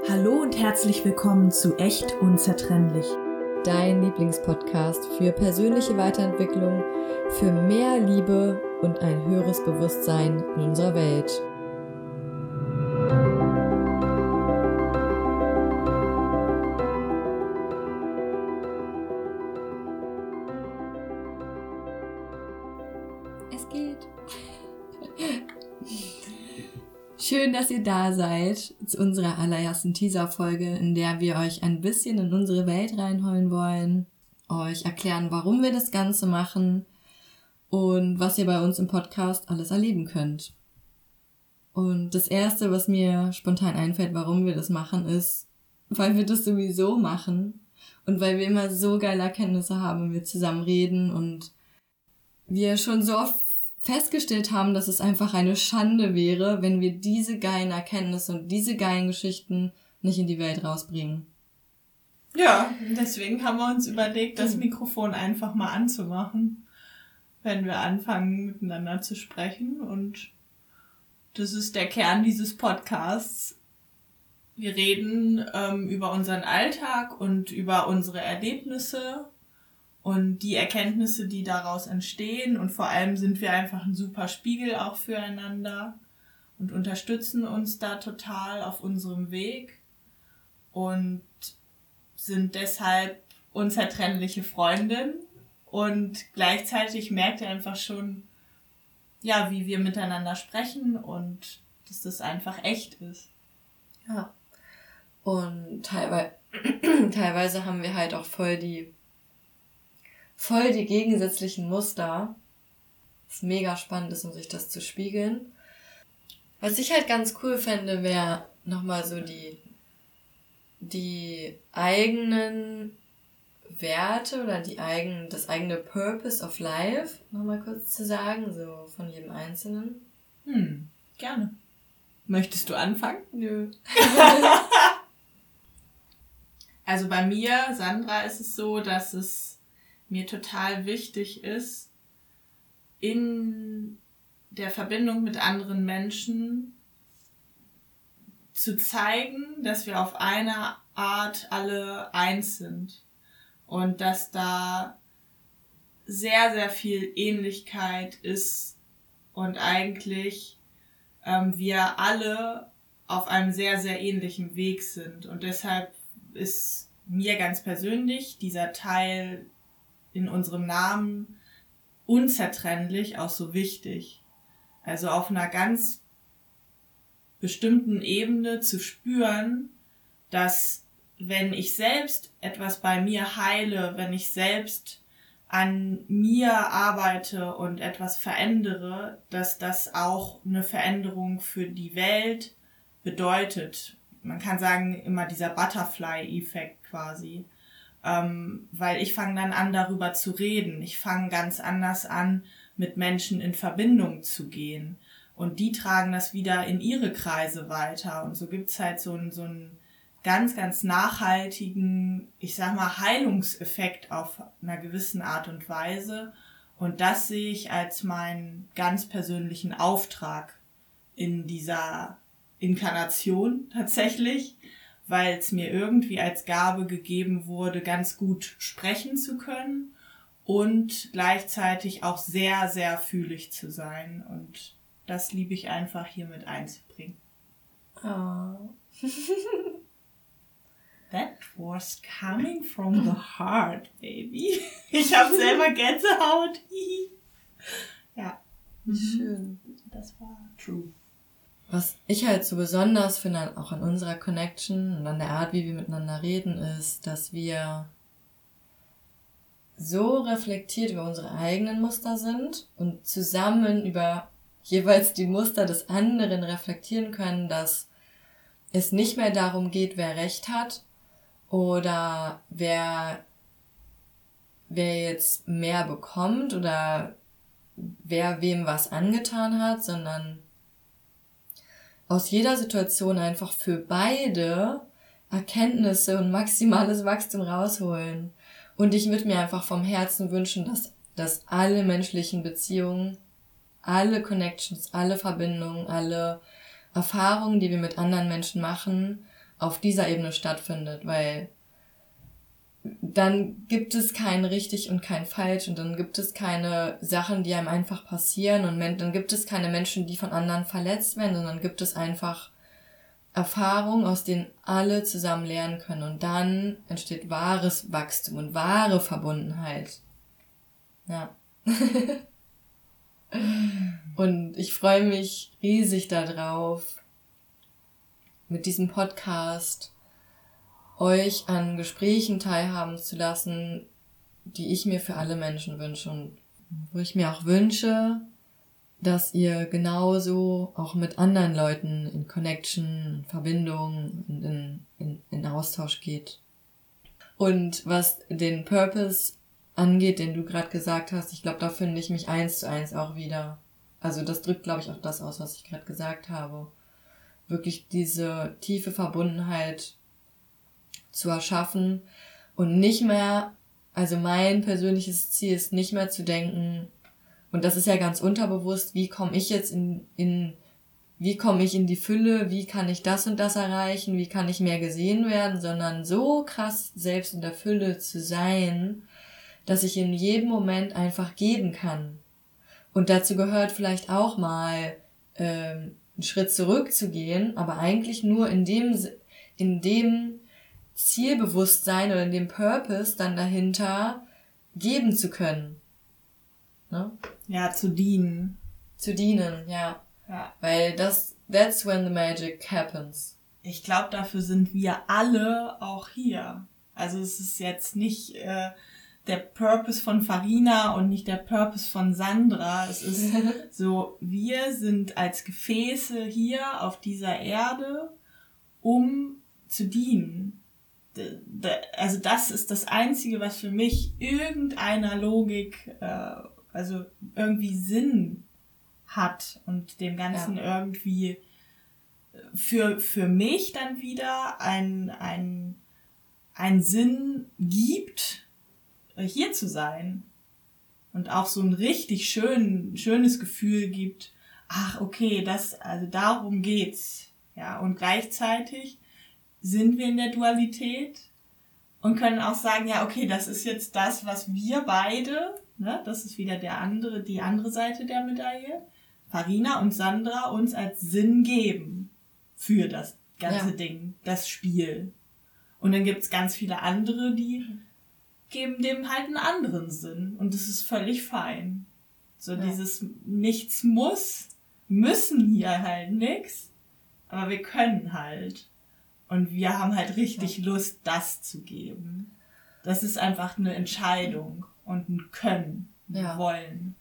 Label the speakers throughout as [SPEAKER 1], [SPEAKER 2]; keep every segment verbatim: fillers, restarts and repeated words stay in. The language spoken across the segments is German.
[SPEAKER 1] Hallo und herzlich willkommen zu Echt Unzertrennlich.
[SPEAKER 2] Dein Lieblingspodcast für persönliche Weiterentwicklung, für mehr Liebe und ein höheres Bewusstsein in unserer Welt. Es geht. Schön, dass ihr da seid zu unserer allerersten Teaser-Folge, in der wir euch ein bisschen in unsere Welt reinholen wollen, euch erklären, warum wir das Ganze machen und was ihr bei uns im Podcast alles erleben könnt. Und das Erste, was mir spontan einfällt, warum wir das machen, ist, weil wir das sowieso machen und weil wir immer so geile Erkenntnisse haben, wenn wir zusammen reden und wir schon so oft festgestellt haben, dass es einfach eine Schande wäre, wenn wir diese geilen Erkenntnisse und diese geilen Geschichten nicht in die Welt rausbringen.
[SPEAKER 3] Ja, deswegen haben wir uns überlegt, das Mikrofon einfach mal anzumachen, wenn wir anfangen miteinander zu sprechen. Und das ist der Kern dieses Podcasts. Wir reden ähm, über unseren Alltag und über unsere Erlebnisse und die Erkenntnisse, die daraus entstehen. Und vor allem sind wir einfach ein super Spiegel auch füreinander und unterstützen uns da total auf unserem Weg und sind deshalb unzertrennliche Freundinnen. Und gleichzeitig merkt ihr einfach schon, ja, wie wir miteinander sprechen und dass das einfach echt ist.
[SPEAKER 2] Ja. Und teilweise, teilweise haben wir halt auch voll die voll die gegensätzlichen Muster. Was mega spannend ist, um sich das zu spiegeln. Was ich halt ganz cool fände, wäre nochmal so die, die eigenen Werte oder die eigenen, das eigene Purpose of Life nochmal kurz zu sagen, so von jedem Einzelnen.
[SPEAKER 3] Hm, gerne. Möchtest du anfangen?
[SPEAKER 2] Nö.
[SPEAKER 3] Also bei mir, Sandra, ist es so, dass es mir total wichtig ist, in der Verbindung mit anderen Menschen zu zeigen, dass wir auf eine Art alle eins sind und dass da sehr, sehr viel Ähnlichkeit ist und eigentlich ähm, wir alle auf einem sehr, sehr ähnlichen Weg sind. Und deshalb ist mir ganz persönlich dieser Teil in unserem Namen unzertrennlich auch so wichtig. Also auf einer ganz bestimmten Ebene zu spüren, dass wenn ich selbst etwas bei mir heile, wenn ich selbst an mir arbeite und etwas verändere, dass das auch eine Veränderung für die Welt bedeutet. Man kann sagen, immer dieser Butterfly-Effekt quasi. Ähm, weil ich fange dann an, darüber zu reden. Ich fange ganz anders an, mit Menschen in Verbindung zu gehen. Und die tragen das wieder in ihre Kreise weiter. Und so gibt's halt so einen, so einen ganz, ganz nachhaltigen, ich sag mal, Heilungseffekt auf einer gewissen Art und Weise. Und das sehe ich als meinen ganz persönlichen Auftrag in dieser Inkarnation tatsächlich, weil es mir irgendwie als Gabe gegeben wurde, ganz gut sprechen zu können und gleichzeitig auch sehr, sehr fühlig zu sein. Und das liebe ich einfach hier mit einzubringen.
[SPEAKER 2] Oh.
[SPEAKER 3] That was coming from the heart, baby. Ich habe selber Gänsehaut. Ja.
[SPEAKER 2] Schön.
[SPEAKER 3] Das war true.
[SPEAKER 2] Was ich halt so besonders finde, auch an unserer Connection und an der Art, wie wir miteinander reden, ist, dass wir so reflektiert über unsere eigenen Muster sind und zusammen über jeweils die Muster des anderen reflektieren können, dass es nicht mehr darum geht, wer Recht hat oder wer, wer jetzt mehr bekommt oder wer wem was angetan hat, sondern aus jeder Situation einfach für beide Erkenntnisse und maximales Wachstum rausholen. Und ich würde mir einfach vom Herzen wünschen, dass, dass alle menschlichen Beziehungen, alle Connections, alle Verbindungen, alle Erfahrungen, die wir mit anderen Menschen machen, auf dieser Ebene stattfindet, weil dann gibt es kein richtig und kein falsch und dann gibt es keine Sachen, die einem einfach passieren und dann gibt es keine Menschen, die von anderen verletzt werden, sondern gibt es einfach Erfahrungen, aus denen alle zusammen lernen können und dann entsteht wahres Wachstum und wahre Verbundenheit. Ja. Und ich freue mich riesig darauf, mit diesem Podcast euch an Gesprächen teilhaben zu lassen, die ich mir für alle Menschen wünsche und wo ich mir auch wünsche, dass ihr genauso auch mit anderen Leuten in Connection, in Verbindung, in, in, in Austausch geht. Und was den Purpose angeht, den du gerade gesagt hast, ich glaube, da finde ich mich eins zu eins auch wieder. Also das drückt, glaube ich, auch das aus, was ich gerade gesagt habe. Wirklich diese tiefe Verbundenheit zu erschaffen und nicht mehr, also mein persönliches Ziel ist nicht mehr zu denken, und das ist ja ganz unterbewusst, wie komme ich jetzt in, in, wie komme ich in die Fülle, wie kann ich das und das erreichen, wie kann ich mehr gesehen werden, sondern so krass selbst in der Fülle zu sein, dass ich in jedem Moment einfach geben kann. Und dazu gehört vielleicht auch mal ähm, einen Schritt zurückzugehen, aber eigentlich nur in dem, in dem Zielbewusstsein oder in dem Purpose dann dahinter geben zu können. Ne?
[SPEAKER 3] Ja, zu dienen.
[SPEAKER 2] Zu dienen, ja.
[SPEAKER 3] Ja.
[SPEAKER 2] Weil das, that's when the magic happens.
[SPEAKER 3] Ich glaube, dafür sind wir alle auch hier. Also es ist jetzt nicht äh, der Purpose von Farina und nicht der Purpose von Sandra. Es ist so, wir sind als Gefäße hier auf dieser Erde, um zu dienen. Also das ist das Einzige, was für mich irgendeiner Logik, äh, also irgendwie Sinn hat und dem Ganzen ja. irgendwie für für mich dann wieder ein ein ein Sinn gibt, hier zu sein und auch so ein richtig schön schönes Gefühl gibt. Ach, okay, das also darum geht's, ja, und gleichzeitig sind wir in der Dualität und können auch sagen, ja, okay, das ist jetzt das, was wir beide, ne, das ist wieder der andere, die andere Seite der Medaille, Farina und Sandra uns als Sinn geben für das ganze ja. Ding, das Spiel. Und dann gibt's ganz viele andere, die geben dem halt einen anderen Sinn und das ist völlig fein. So ja. dieses nichts muss, müssen hier halt nix, aber wir können halt. Und wir haben halt richtig ja. Lust, das zu geben. Das ist einfach eine Entscheidung und ein Können, ein ja. Wollen.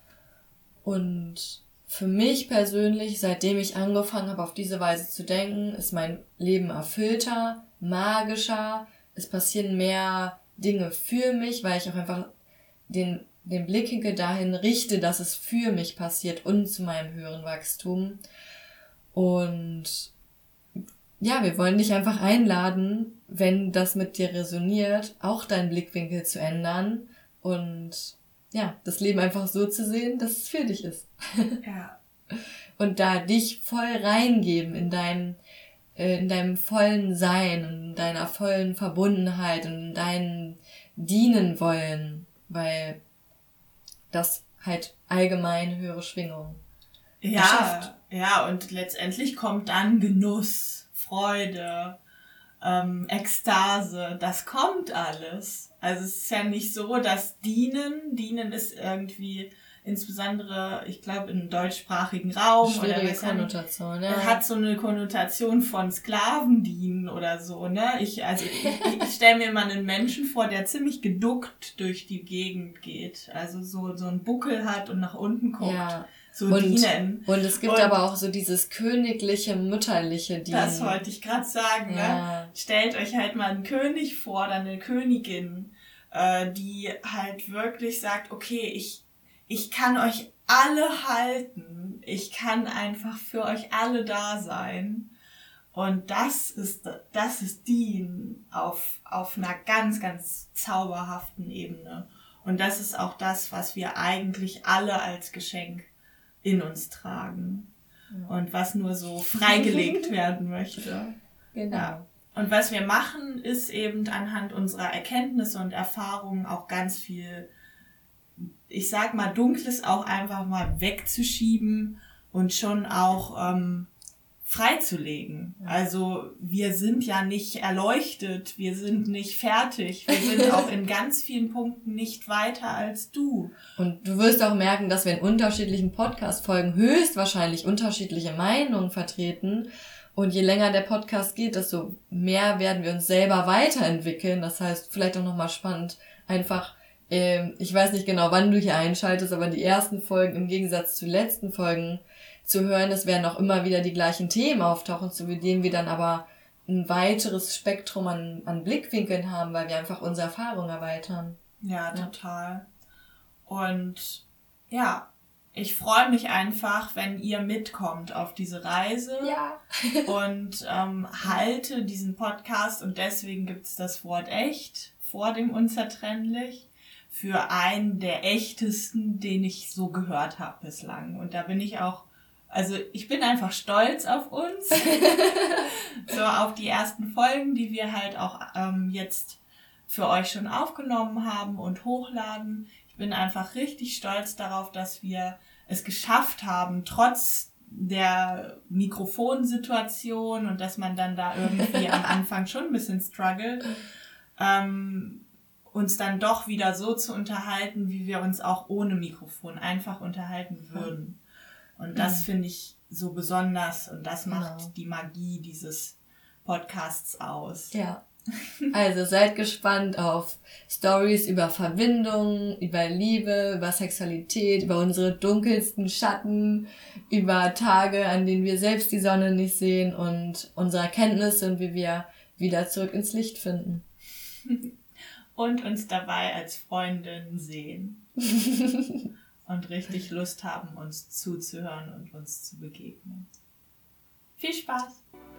[SPEAKER 2] Und für mich persönlich, seitdem ich angefangen habe, auf diese Weise zu denken, ist mein Leben erfüllter, magischer. Es passieren mehr Dinge für mich, weil ich auch einfach den, den Blickwinkel dahin richte, dass es für mich passiert und zu meinem höheren Wachstum. Und ja, wir wollen dich einfach einladen, wenn das mit dir resoniert, auch deinen Blickwinkel zu ändern und ja, das Leben einfach so zu sehen, dass es für dich ist.
[SPEAKER 3] Ja.
[SPEAKER 2] Und da dich voll reingeben in deinem, äh, in deinem vollen Sein, in deiner vollen Verbundenheit und in deinem Dienen wollen, weil das halt allgemein höhere Schwingung
[SPEAKER 3] ja, erschafft. Ja, und letztendlich kommt dann Genuss. Freude, ähm, Ekstase, das kommt alles. Also es ist ja nicht so, dass Dienen, Dienen ist irgendwie insbesondere, ich glaube, im deutschsprachigen Raum
[SPEAKER 2] schwierige
[SPEAKER 3] oder
[SPEAKER 2] Konnotation, ja.
[SPEAKER 3] hat so eine Konnotation von Sklavendienen oder so, ne? Ich, also ich, ich stelle mir mal einen Menschen vor, der ziemlich geduckt durch die Gegend geht. Also so, so einen Buckel hat und nach unten guckt.
[SPEAKER 2] Ja.
[SPEAKER 3] So
[SPEAKER 2] und,
[SPEAKER 3] dienen.
[SPEAKER 2] Und es gibt und aber auch so dieses königliche, mütterliche Dienen.
[SPEAKER 3] Das wollte ich gerade sagen. Ja. Ne? Stellt euch halt mal einen König vor oder eine Königin, äh, die halt wirklich sagt, okay, ich, ich kann euch alle halten. Ich kann einfach für euch alle da sein. Und das ist, das ist Dienen auf, auf einer ganz, ganz zauberhaften Ebene. Und das ist auch das, was wir eigentlich alle als Geschenk in uns tragen. Ja. Und was nur so freigelegt werden möchte.
[SPEAKER 2] Genau.
[SPEAKER 3] Ja. Und was wir machen, ist eben anhand unserer Erkenntnisse und Erfahrungen auch ganz viel, ich sag mal, Dunkles auch einfach mal wegzuschieben und schon auch ähm, freizulegen. Also wir sind ja nicht erleuchtet, wir sind nicht fertig, wir sind auch in ganz vielen Punkten nicht weiter als du.
[SPEAKER 2] Und du wirst auch merken, dass wir in unterschiedlichen Podcast-Folgen höchstwahrscheinlich unterschiedliche Meinungen vertreten. Und je länger der Podcast geht, desto mehr werden wir uns selber weiterentwickeln. Das heißt, vielleicht auch nochmal spannend, einfach, ähm, ich weiß nicht genau, wann du hier einschaltest, aber die ersten Folgen im Gegensatz zu letzten Folgen zu hören, es werden auch immer wieder die gleichen Themen auftauchen, zu denen wir dann aber ein weiteres Spektrum an, an Blickwinkeln haben, weil wir einfach unsere Erfahrung erweitern.
[SPEAKER 3] Ja, total. Und ja, ich freue mich einfach, wenn ihr mitkommt auf diese Reise.
[SPEAKER 2] Ja.
[SPEAKER 3] Und ähm, halte diesen Podcast, und deswegen gibt es das Wort echt vor dem Unzertrennlich, für einen der echtesten, den ich so gehört habe bislang. Und da bin ich auch, also ich bin einfach stolz auf uns, so auf die ersten Folgen, die wir halt auch ähm, jetzt für euch schon aufgenommen haben und hochladen. Ich bin einfach richtig stolz darauf, dass wir es geschafft haben, trotz der Mikrofonsituation und dass man dann da irgendwie am Anfang schon ein bisschen struggelt, ähm, uns dann doch wieder so zu unterhalten, wie wir uns auch ohne Mikrofon einfach unterhalten würden. Und das mhm. finde ich so besonders und das macht genau. die Magie dieses Podcasts aus.
[SPEAKER 2] Ja. Also seid gespannt auf Stories über Verbindung, über Liebe, über Sexualität, über unsere dunkelsten Schatten, über Tage, an denen wir selbst die Sonne nicht sehen und unsere Erkenntnisse und wie wir wieder zurück ins Licht finden.
[SPEAKER 3] Und uns dabei als Freundin sehen. Und richtig Lust haben, uns zuzuhören und uns zu begegnen. Viel Spaß!